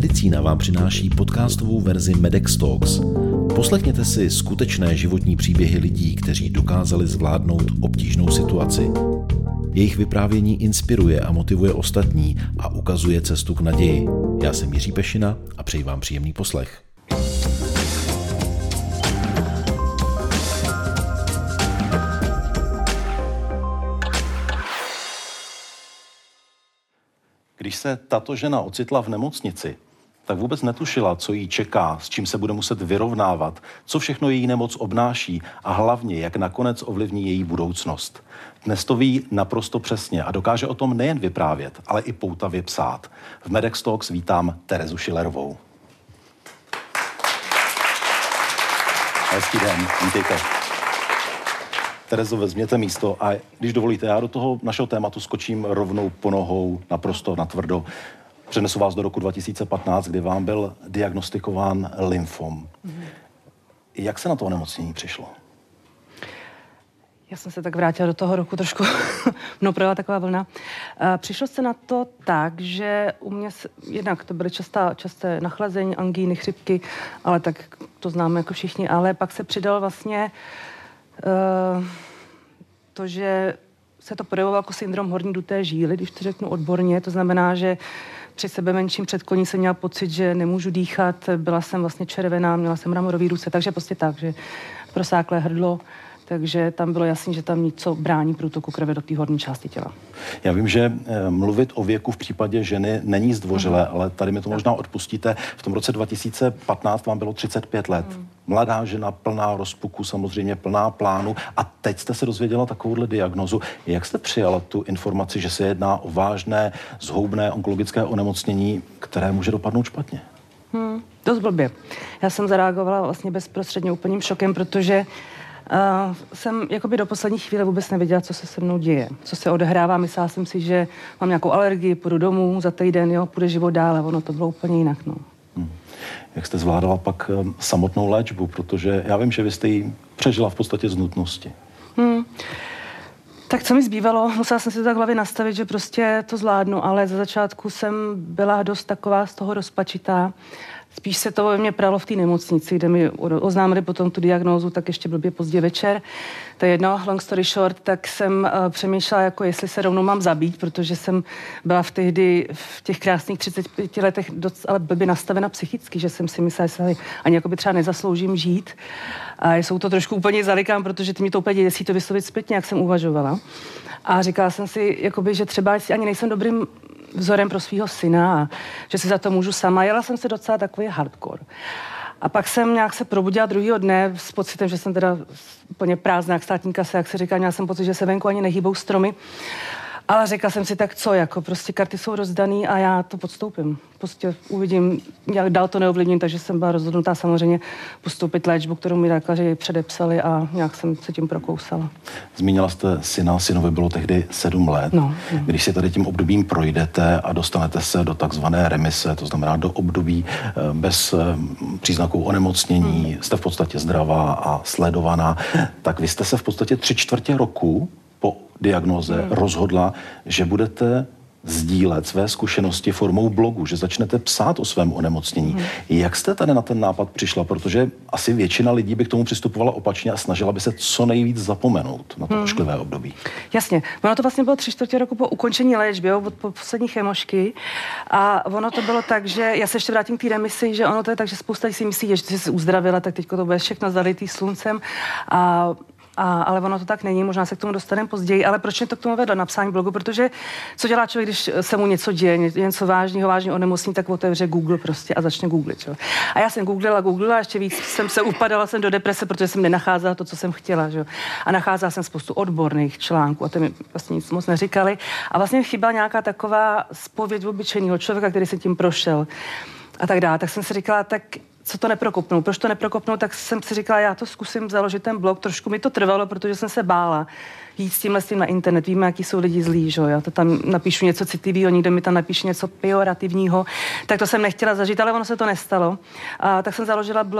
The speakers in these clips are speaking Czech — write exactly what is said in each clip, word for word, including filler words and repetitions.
Medicína vám přináší podcastovou verzi Medex Talks. Poslechněte si skutečné životní příběhy lidí, kteří dokázali zvládnout obtížnou situaci. Jejich vyprávění inspiruje a motivuje ostatní a ukazuje cestu k naději. Já jsem Jiří Pešina a přeji vám příjemný poslech. Když se tato žena ocitla v nemocnici, tak vůbec netušila, co jí čeká, s čím se bude muset vyrovnávat, co všechno její nemoc obnáší a hlavně, jak nakonec ovlivní její budoucnost. Dnes to ví naprosto přesně a dokáže o tom nejen vyprávět, ale i poutavě psát. V Medex Talks vítám Terezu Schillerovou. Hezký den, vítejte. Terezo, vezměte místo a když dovolíte, já do toho našeho tématu skočím rovnou po nohou, naprosto natvrdo. Přenesu vás do roku dva tisíce patnáct, kdy vám byl diagnostikován lymfom. Mm-hmm. Jak se na to onemocnění přišlo? Já jsem se tak vrátila do toho roku trošku, no projela taková vlna. Přišlo se na to tak, že u mě, jednak to byly častá, časté nachlazení, angíny, chřipky, ale tak to známe jako všichni, ale pak se přidal vlastně uh, to, že se to projevovalo jako syndrom horní duté žíly, když to řeknu odborně, to znamená, že při sebe menším předkoní jsem měla pocit, že nemůžu dýchat, byla jsem vlastně červená, měla jsem mramorový ruce, takže prostě tak, že prosáklé hrdlo, takže tam bylo jasné, že tam něco brání průtoku krve do té horní části těla. Já vím, že e, mluvit o věku v případě ženy není zdvořilé, mm. ale tady mi to možná odpustíte. V tom roce dva tisíce patnáct vám bylo třicet pět let. Mm. Mladá žena, plná rozpuku, samozřejmě plná plánu. A teď jste se dozvěděla takovouhle diagnozu. Jak jste přijala tu informaci, že se jedná o vážné, zhoubné onkologické onemocnění, které může dopadnout špatně? Hmm, dost blbě. Já jsem zareagovala vlastně bezprostředně úplným šokem, protože Uh, jsem jakoby do poslední chvíle vůbec nevěděla, co se se mnou děje, co se odehrává. Myslela jsem si, že mám nějakou alergii, půjdu domů za týden, jo, půjde život dál, a ono to bylo úplně jinak, no. Hmm. Jak jste zvládala pak um, samotnou léčbu, protože já vím, že vy jste ji přežila v podstatě z nutnosti. Hmm. Tak co mi zbývalo? Musela jsem si to tak v hlavě nastavit, že prostě to zvládnu, ale za začátku jsem byla dost taková z toho rozpačitá. Spíš se to ve mně pralo v té nemocnici, kde mi oznámili potom tu diagnózu, tak ještě blbě pozdě večer. To je jedno, long story short, tak jsem uh, přemýšlela, jako jestli se rovnou mám zabít, protože jsem byla v tehdy v těch krásných třiceti pěti letech dost, ale blbě nastavena psychicky, že jsem si myslela, že ani jakoby třeba nezasloužím žít. A jsou to trošku úplně zalikám, protože ty mi to úplně děsí to vyslovit zpětně, jak jsem uvažovala. A říkala jsem si, jakoby, že třeba ani nejsem dobrým vzorem pro svého syna a že si za to můžu sama. Jela jsem se docela takový hardcore. A pak jsem nějak se probudila druhýho dne s pocitem, že jsem teda úplně prázdná, jak státní kase, jak se říká, měla jsem pocit, že se venku ani nehýbou stromy. Ale řekla jsem si, tak co, jako prostě karty jsou rozdaný a já to podstoupím. Prostě uvidím, jak dál to neovlivním, takže jsem byla rozhodnutá samozřejmě postoupit léčbu, kterou mi lékaři předepsali a nějak jsem se tím prokousala. Zmínila jste syna, synovi bylo tehdy sedm let. No, no. Když si tady tím obdobím projdete a dostanete se do takzvané remise, to znamená do období bez příznaků onemocnění, hmm. jste v podstatě zdravá a sledovaná, tak vy jste se v podstatě tři čtvrtě roku po diagnoze hmm. rozhodla, že budete sdílet své zkušenosti formou blogu, že začnete psát o svém onemocnění. Hmm. Jak jste tady na ten nápad přišla? Protože asi většina lidí by k tomu přistupovala opačně a snažila by se co nejvíc zapomenout na to hmm. ošklivé období. Jasně. Ono to vlastně bylo tři čtvrtě roku po ukončení léčby, jo, od poslední chemošky. A ono to bylo tak, že já se ještě vrátím k té remisi, že ono to je tak, že spousta lidí si myslí, že jsi se uzdravila, tak teď to bude všechno zalitý sluncem. A A, ale ono to tak není, možná se k tomu dostaneme později, ale proč mě to k tomu vedlo, napsání blogu, protože co dělá člověk, když se mu něco děje, něco vážného, vážného onemocnění, tak otevře Google prostě a začne googlit. Jo. A já jsem googlila, googlila, ještě víc jsem se upadala jsem do deprese, protože jsem nenacházela to, co jsem chtěla. Jo. A nacházela jsem spoustu odborných článků a to mi vlastně nic moc neříkali. A vlastně chyběla nějaká taková zpověď obyčejného člověka, který se tím prošel a tak dále. Tak jsem si říkala, tak co to neprokopnou. Proč to neprokopnou, tak jsem si říkala, já to zkusím založit ten blog. Trošku mi to trvalo, protože jsem se bála jít s tímhle s tím na internet. Víme, jaký jsou lidi zlí, že jo. Já to tam napíšu něco citlivého, někdo mi tam napíše něco pejorativního. Tak to jsem nechtěla zažít, ale ono se to nestalo. A tak jsem založila blog,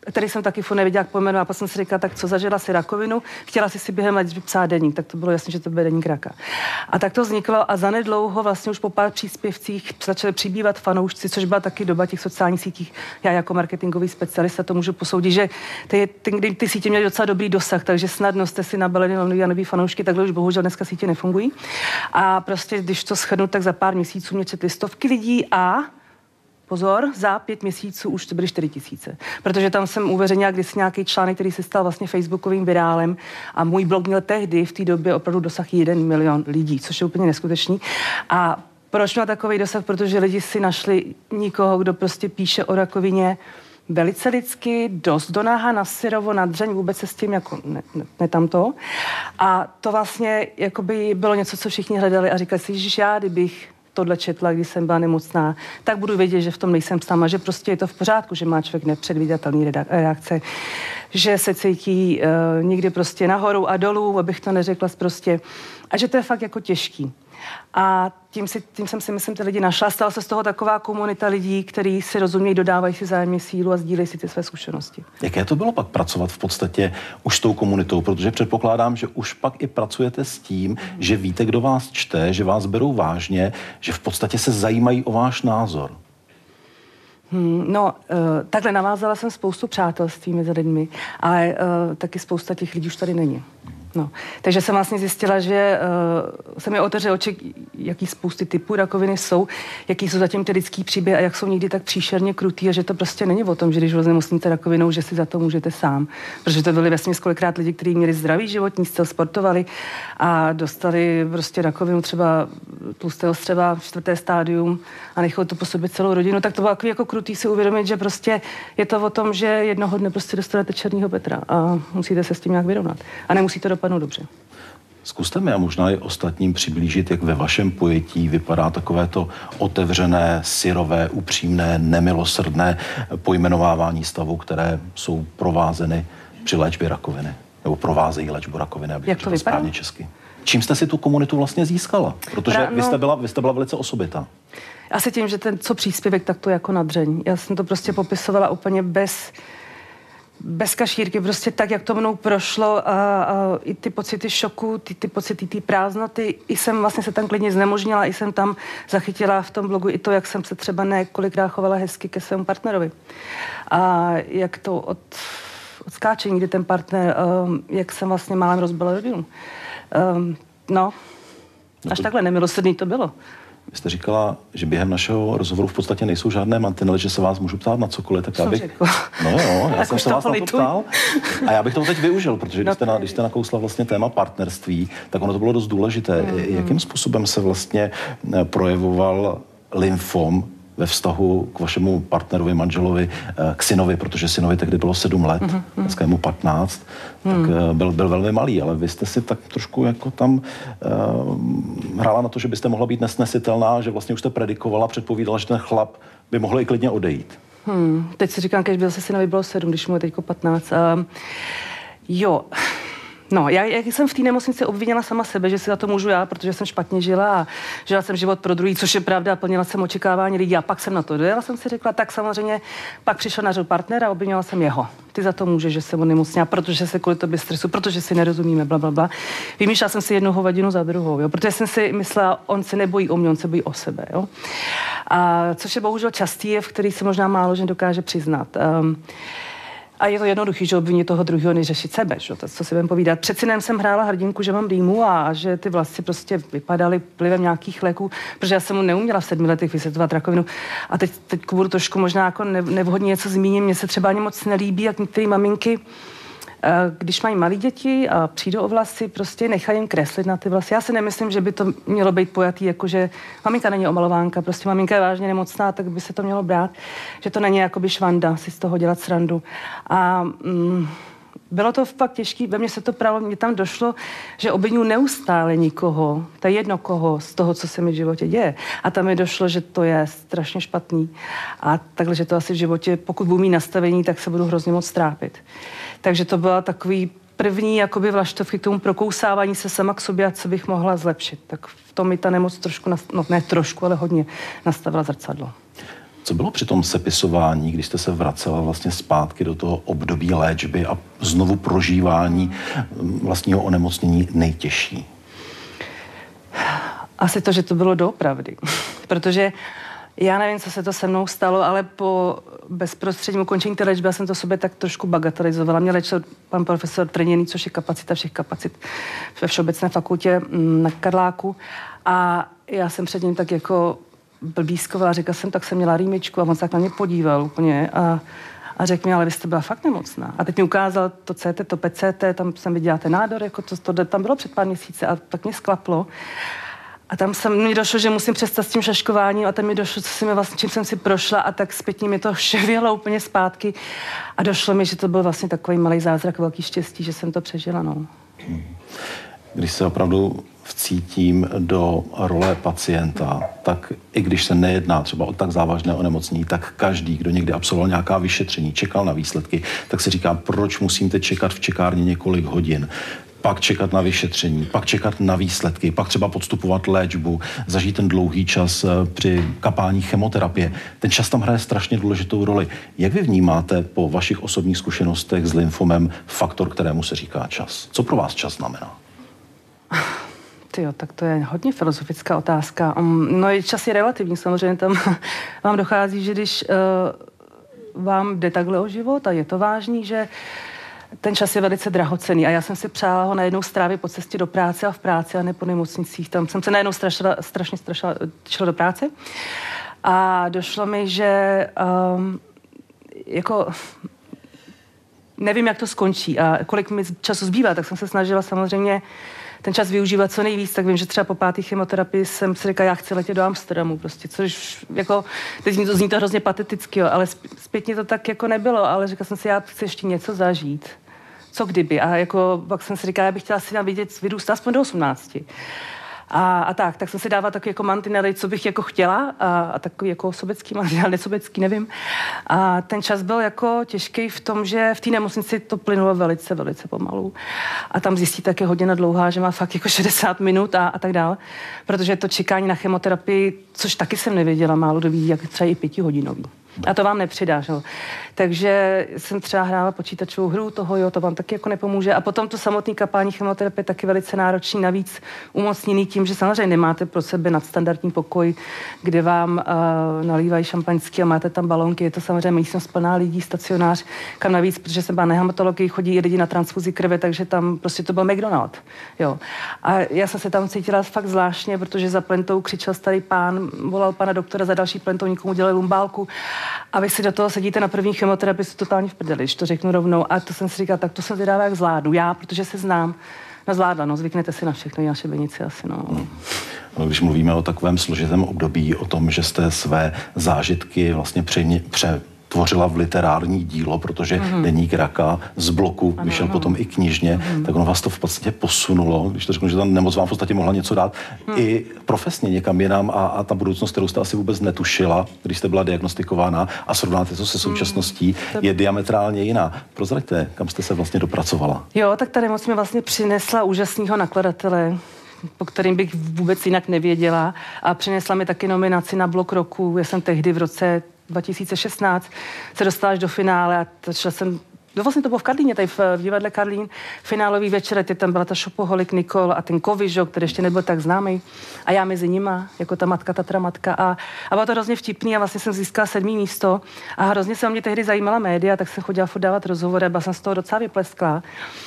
který jsem taky furt nevěděla, jak pojmenovat, a pak jsem si říkala, tak co, zažila si rakovinu, chtěla si si během léčby psát deník, tak to bylo jasné, že to bude deník raka. A tak to vzniklo a zanedlouho vlastně už po pár příspěvcích začaly přibývat fanoušci, což byla taky doba těch sociálních sítích. Já jako marketingový specialista to můžu posoudit, že ty, ty, ty sítě měly docela dobrý dosah, takže snadno jste si nabalili nový a nový fanoušky, takhle už bohužel dneska sítě nefungují. A prostě, když to shrnu, tak za pár měsíců mě četli stovky lidí a pozor, za pět měsíců už to byly čtyři tisíce. Protože tam jsem uveřejnila kdysi nějaký článek, který se stal vlastně facebookovým virálem a můj blog měl tehdy v té době opravdu dosah jeden milion lidí, což je úplně neskutečný. A proč měl takový dosah? Protože lidi si našli někoho, kdo prostě píše o rakovině velice lidsky, dost do náha, na syrovo, na dřeň, vůbec se s tím jako ne, ne, ne tamto. A to vlastně jakoby bylo něco, co všichni hledali a říkali si, že já, kdybych tohle četla, když jsem byla nemocná, tak budu vědět, že v tom nejsem sama, že prostě je to v pořádku, že má člověk nepředvídatelný reakce, že se cítí uh, někdy prostě nahoru a dolů, abych to neřekla prostě, a že to je fakt jako těžký. A tím, si, tím jsem si, myslím, ty lidi našla. Stala se z toho taková komunita lidí, kteří si rozumějí, dodávají si vzájemně sílu a sdílejí si ty své zkušenosti. Jaké to bylo pak pracovat v podstatě už s tou komunitou? Protože předpokládám, že už pak i pracujete s tím, mm. že víte, kdo vás čte, že vás berou vážně, že v podstatě se zajímají o váš názor. Hmm, no, uh, takhle navázala jsem spoustu přátelství mezi lidmi, ale uh, taky spousta těch lidí už tady není. No, takže jsem vlastně zjistila, že uh, se mi otevřely oči, jaký spousty typů rakoviny jsou, jaký jsou zatím ty lidský příběhy a jak jsou někdy tak příšerně krutý a že to prostě není o tom, že když onemocníte rakovinou, že si za to můžete sám. Protože to byli vesměs kolikrát lidi, kteří měli zdravý životní styl, sportovali a dostali prostě rakovinu třeba tlustého střeva, čtvrté stádium a nechalo to po sobě celou rodinu, tak to bylo takový jako krutý si uvědomit, že prostě je to o tom, že jednoho dne prostě dostanete černýho Petra a musíte se s tím nějak vyrovnat. A nemusí to dopadnout dobře. Zkuste mi a možná i ostatním přiblížit, jak ve vašem pojetí vypadá takové to otevřené, syrové, upřímné, nemilosrdné pojmenovávání stavu, které jsou provázeny při léčbě rakoviny. Nebo provázejí léčbu rakoviny, abych řekl správně česky. Čím jste si tu komunitu vlastně získala? Protože Pra, no, vy, jste byla, vy jste byla velice osobitá. Asi tím, že ten co příspěvek, tak to jako nadřeň. Já jsem to prostě popisovala úplně bez... bez kašírky, prostě tak, jak to mnou prošlo a, a i ty pocity šoku, ty, ty pocity ty prázdnoty, i jsem vlastně se tam klidně znemožnila, i jsem tam zachytila v tom blogu i to, jak jsem se třeba nekolikrát chovala hezky ke svému partnerovi. A jak to od, odskáčení, kdy ten partner, um, jak jsem vlastně málem rozbila rodinu. Um, no, až to... takhle nemilosrdný to bylo. Vy jste říkala, že během našeho rozhovoru v podstatě nejsou žádné mantinely, že se vás můžu ptát na cokoliv, tak já bych... No jo, já jsem se vás na to ptal. A já bych to teď využil, protože když jste, na, když jste nakousla vlastně téma partnerství, tak ono to bylo dost důležité. Mm-hmm. Jakým způsobem se vlastně projevoval lymfom ve vztahu k vašemu partnerovi, manželovi, k synovi, protože synovi tehdy bylo sedm let, mm-hmm. dneska je mu patnáct, mm. tak byl, byl velmi malý, ale vy jste si tak trošku jako tam uh, hrála na to, že byste mohla být nesnesitelná, že vlastně už jste predikovala, předpovídala, že ten chlap by mohl i klidně odejít. Hmm. Teď si říkám, když byl se synovi bylo sedm, když mu je teďko patnáct. Uh, jo... No, já, jak jsem v té nemocnici obvinila sama sebe, že si za to můžu já, protože jsem špatně žila a žila jsem život pro druhý, což je pravda, plnila jsem očekávání lidí a pak jsem na to dojela, jsem si řekla, tak samozřejmě pak přišel na řadu partnera a obvinila jsem jeho. Ty za to můžeš, že jsem onemocněla, protože se kvůli tobě stresu, protože si nerozumíme, bla, bla, bla. Vymýšlela jsem si jednu hovadinu za druhou, jo, protože jsem si myslela, on se nebojí o mě, on se bojí o sebe, jo. A což je bohužel častý jev, který se možná málo že dokáže přiznat. Um, A je to jednoduchý, že obvinit toho druhého, než řešit sebe, že? To, co si budem povídat. Před synem jsem hrála hrdinku, že mám rýmu a, a že ty vlasy prostě vypadaly vlivem nějakých léků, protože já jsem mu neuměla v sedmi letech vysvětlovat rakovinu. A teď, teď budu trošku možná jako nevhodně něco zmíním, mně se třeba ani moc nelíbí, jak některé maminky, když mají malí děti a přijdou o vlasy, prostě nechají jim kreslit na ty vlasy. Já si nemyslím, že by to mělo být pojatý, jakože maminka není omalovánka, prostě maminka je vážně nemocná, tak by se to mělo brát, že to není jakoby švanda si z toho dělat srandu. A mm, bylo to fakt těžké, ve mně se to právě, mně tam došlo, že obvinuju neustále nikoho, to je jedno koho z toho, co se mi v životě děje. A tam mi došlo, že to je strašně špatný. A takhle, že to asi v životě, pokud budu mít nastavení, tak se budu hrozně moc trápit. Takže to byla takový první jakoby vlaštovky k tomu prokousávání se sama k sobě a co bych mohla zlepšit. Tak v tom mi ta nemoc trošku, no ne trošku, ale hodně nastavila zrcadlo. Co bylo při tom sepisování, když jste se vracela vlastně zpátky do toho období léčby a znovu prožívání vlastního onemocnění nejtěžší? Asi to, že to bylo doopravdy. Protože já nevím, co se to se mnou stalo, ale po bezprostředním ukončení té léčby já jsem to sobě tak trošku bagatelizovala. Mě léčil pan profesor Trněný, což je kapacita všech kapacit ve Všeobecné fakultě na Karláku. A já jsem před ním tak jako blbískovala, řekla jsem, tak jsem měla rýmičku a on se tak na mě podíval úplně a, a řekl mi, ale vy jste byla fakt nemocná. A teď mi ukázal to C T, to P C T, tam jsem viděla ten nádor, jako to, to tam bylo před pár měsíce a tak mě sklaplo. A tam jsem, mi došlo, že musím přestat s tím šaškováním a tam mi došlo, co jsem mi vlastně, čím jsem si prošla a tak zpětně mi to ševělo úplně zpátky a došlo mi, že to byl vlastně takový malý zázrak, velký štěstí, že jsem to přežila, no. Když se opravdu vcítím do role pacienta, tak i když se nejedná třeba o tak závažné onemocnění, tak každý, kdo někdy absolvoval nějaká vyšetření, čekal na výsledky, tak se říká, proč musím teď čekat v čekárně několik hodin, pak čekat na vyšetření, pak čekat na výsledky, pak třeba podstupovat léčbu, zažít ten dlouhý čas při kapání chemoterapie. Ten čas tam hraje strašně důležitou roli. Jak vy vnímáte po vašich osobních zkušenostech s lymfomem faktor, kterému se říká čas? Co pro vás čas znamená? Tyjo, tak to je hodně filozofická otázka. No, čas je relativní, samozřejmě tam vám dochází, že když uh, vám jde takhle o život a je to vážný, že ten čas je velice drahocenný a já jsem si přála ho najednou strávit po cestě do práce a v práci a ne po nemocnicích. Tam jsem se najednou strašila, strašně strašila, šla do práce a došlo mi, že um, jako nevím, jak to skončí a kolik mi času zbývá, tak jsem se snažila samozřejmě ten čas využívat co nejvíc, tak vím, že třeba po páté chemoterapii jsem si říkala, já chci letět do Amsterdamu prostě, což jako, teď zní to, zní to hrozně pateticky, jo, ale zpětně to tak jako nebylo, ale říkala jsem si, já chci ještě něco zažít. Co kdyby? A jako pak jsem si říkala, já bych chtěla si vidět, vyrůstat aspoň do osmnácti. A, a tak, tak jsem si dávala takový jako mantinely, co bych jako chtěla a, a takový jako sobecký mantinel, nesobecký, nevím. A ten čas byl jako těžký v tom, že v té nemocnici to plynulo velice, velice pomalu. A tam zjistíte, jak je hodina dlouhá, že má fakt jako šedesát minut a, a tak dál. Protože to čekání na chemoterapii, což taky jsem nevěděla, málo kdo ví, jak třeba i pětihodinový. A to vám nepřidá, že? Takže jsem třeba hrála počítačovou hru toho, jo, to vám taky jako nepomůže. A potom to samotné kapání chemoterapie taky velice náročný, navíc umocněný tím, že samozřejmě nemáte pro sebe nadstandardní pokoj, kde vám uh, nalívají šampaňský a máte tam balónky. Je to samozřejmě místnost plná lidí, stacionář, kam navíc, protože jsem byla na hematologii, chodí i lidi na transfuzi krve, takže tam prostě to byl McDonald. Jo. A já jsem se tam cítila fakt zvláštně, protože za plentou křičel starý pán, volal pana doktora, za další plentou někomu dělali lumbálku. A vy si do toho sedíte na první chemoterapii, jste totálně v prdeli, když to řeknu rovnou. A to jsem si říkala, tak to jsem vydává, jak zvládnu. Já, protože se znám. No zvládla, no, zvyknete si na všechno, i na šibenici asi, no. Hmm. No, když mluvíme o takovém složitém období, o tom, že jste své zážitky vlastně pře, pře tvořila v literární dílo, protože mm-hmm. deník Raka z bloku ano, vyšel ano. potom i knižně, mm-hmm. tak ono vás to v podstatě posunulo, když to řeknu, že ta nemoc vám v podstatě mohla něco dát, mm. i profesně někam jinam a, a ta budoucnost, kterou jste asi vůbec netušila, když jste byla diagnostikována a srovnáte to se současností, mm. je diametrálně jiná. Prozraďte, kam jste se vlastně dopracovala? Jo, tak ta nemoc mi vlastně přinesla úžasného nakladatele, po kterým bych vůbec jinak nevěděla a přinesla mi taky nominaci na Blok roku. Já jsem tehdy v roce dva tisíce šestnáct se dostala až do finále a šla jsem, no vlastně to bylo v Karlíně, tady v, v divadle Karlín, finálový večer, ty tam byla ta šopoholik Nikol a ten Kovižo, který ještě nebyl tak známý a já mezi nima, jako ta matka, tatra matka a, a bylo to hrozně vtipný a vlastně jsem získala sedmý místo a hrozně se o mě tehdy zajímala média, tak jsem chodila furt dávat rozhovory a byla jsem z toho docela vyplesklá.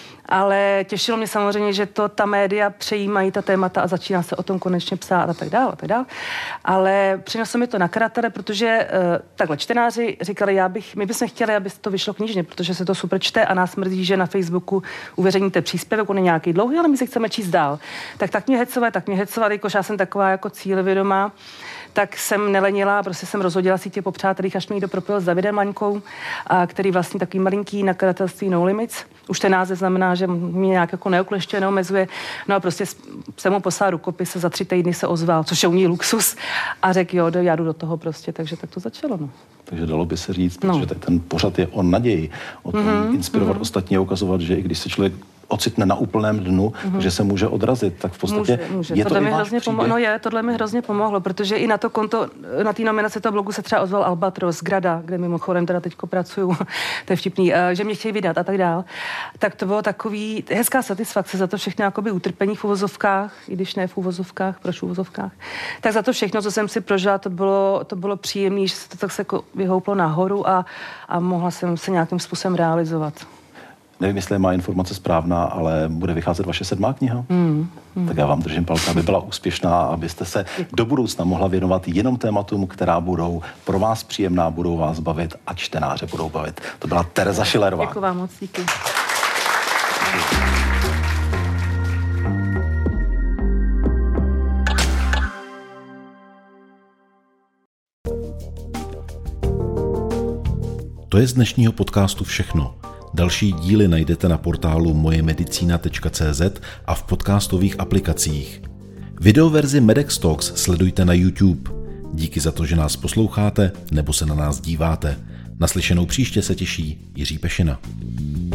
Ale těšilo mě samozřejmě, že to ta média přejímají ta témata a začíná se o tom konečně psát a tak dále a tak dále. Ale přineslo mi to nakladatele, protože uh, takhle čtenáři říkali, já bych, my bychom chtěli, aby to vyšlo knižně, protože se to super čte a nás mrzí, že na Facebooku uveřejníte příspěvek, on je nějaký dlouhý, ale my si chceme číst dál. Tak tak mě hecovali, tak mě hecovali, jakož já jsem taková jako cílevědomá, tak jsem nelenila, prostě jsem rozhodila sítě po přátelích, až mě někdo propil s Davidem Maňkou, a který vlastně takový malinký nakladatelství No Limits. Už ten název znamená, že mě nějak jako neoklešťuje, neomezuje. No a prostě jsem mu poslala rukopis a za tři týdny se ozval, což je u ní luxus. A řekl, jo, já jdu do toho prostě, takže tak to začalo, no. Takže dalo by se říct, no. protože ten pořad je o naději, o tom mm-hmm, inspirovat mm-hmm. ostatní a ukazovat, že i když se člověk ocitne na úplném dnu, mm-hmm. že se může odrazit. Tak v podstatě může, může. je tohle to mi i váš hrozně pomohlo. No je, tohle mi hrozně pomohlo, protože i na to konto, na té nominaci toho blogu se třeba ozval Albatros, Grada, kde mimochodem teda teďko pracuju, to je vtipný, že mě chtějí vydat a tak dál. Tak to bylo takový hezká satisfakce za to všechno jakoby utrpení v uvozovkách, i když ne v uvozovkách, proč v uvozovkách. Tak za to všechno, co jsem si prožila, to bylo, to bylo příjemné, že se to tak se jako vyhouplo nahoru a, a mohla jsem se nějakým způsobem realizovat. Nevím, jestli má informace správná, ale bude vycházet vaše sedmá kniha? Mm, mm. Tak já vám držím palce, aby byla úspěšná, abyste se do budoucna mohla věnovat jenom tématům, která budou pro vás příjemná, budou vás bavit a čtenáře budou bavit. To byla Tereza Schillerová. Děkuji vám moc, díky. To je z dnešního podcastu všechno. Další díly najdete na portálu moje medicína tečka cé zet a v podcastových aplikacích. Videoverzi Medex Talks sledujte na YouTube. Díky za to, že nás posloucháte nebo se na nás díváte. Naslyšenou příště se těší Jiří Pešina.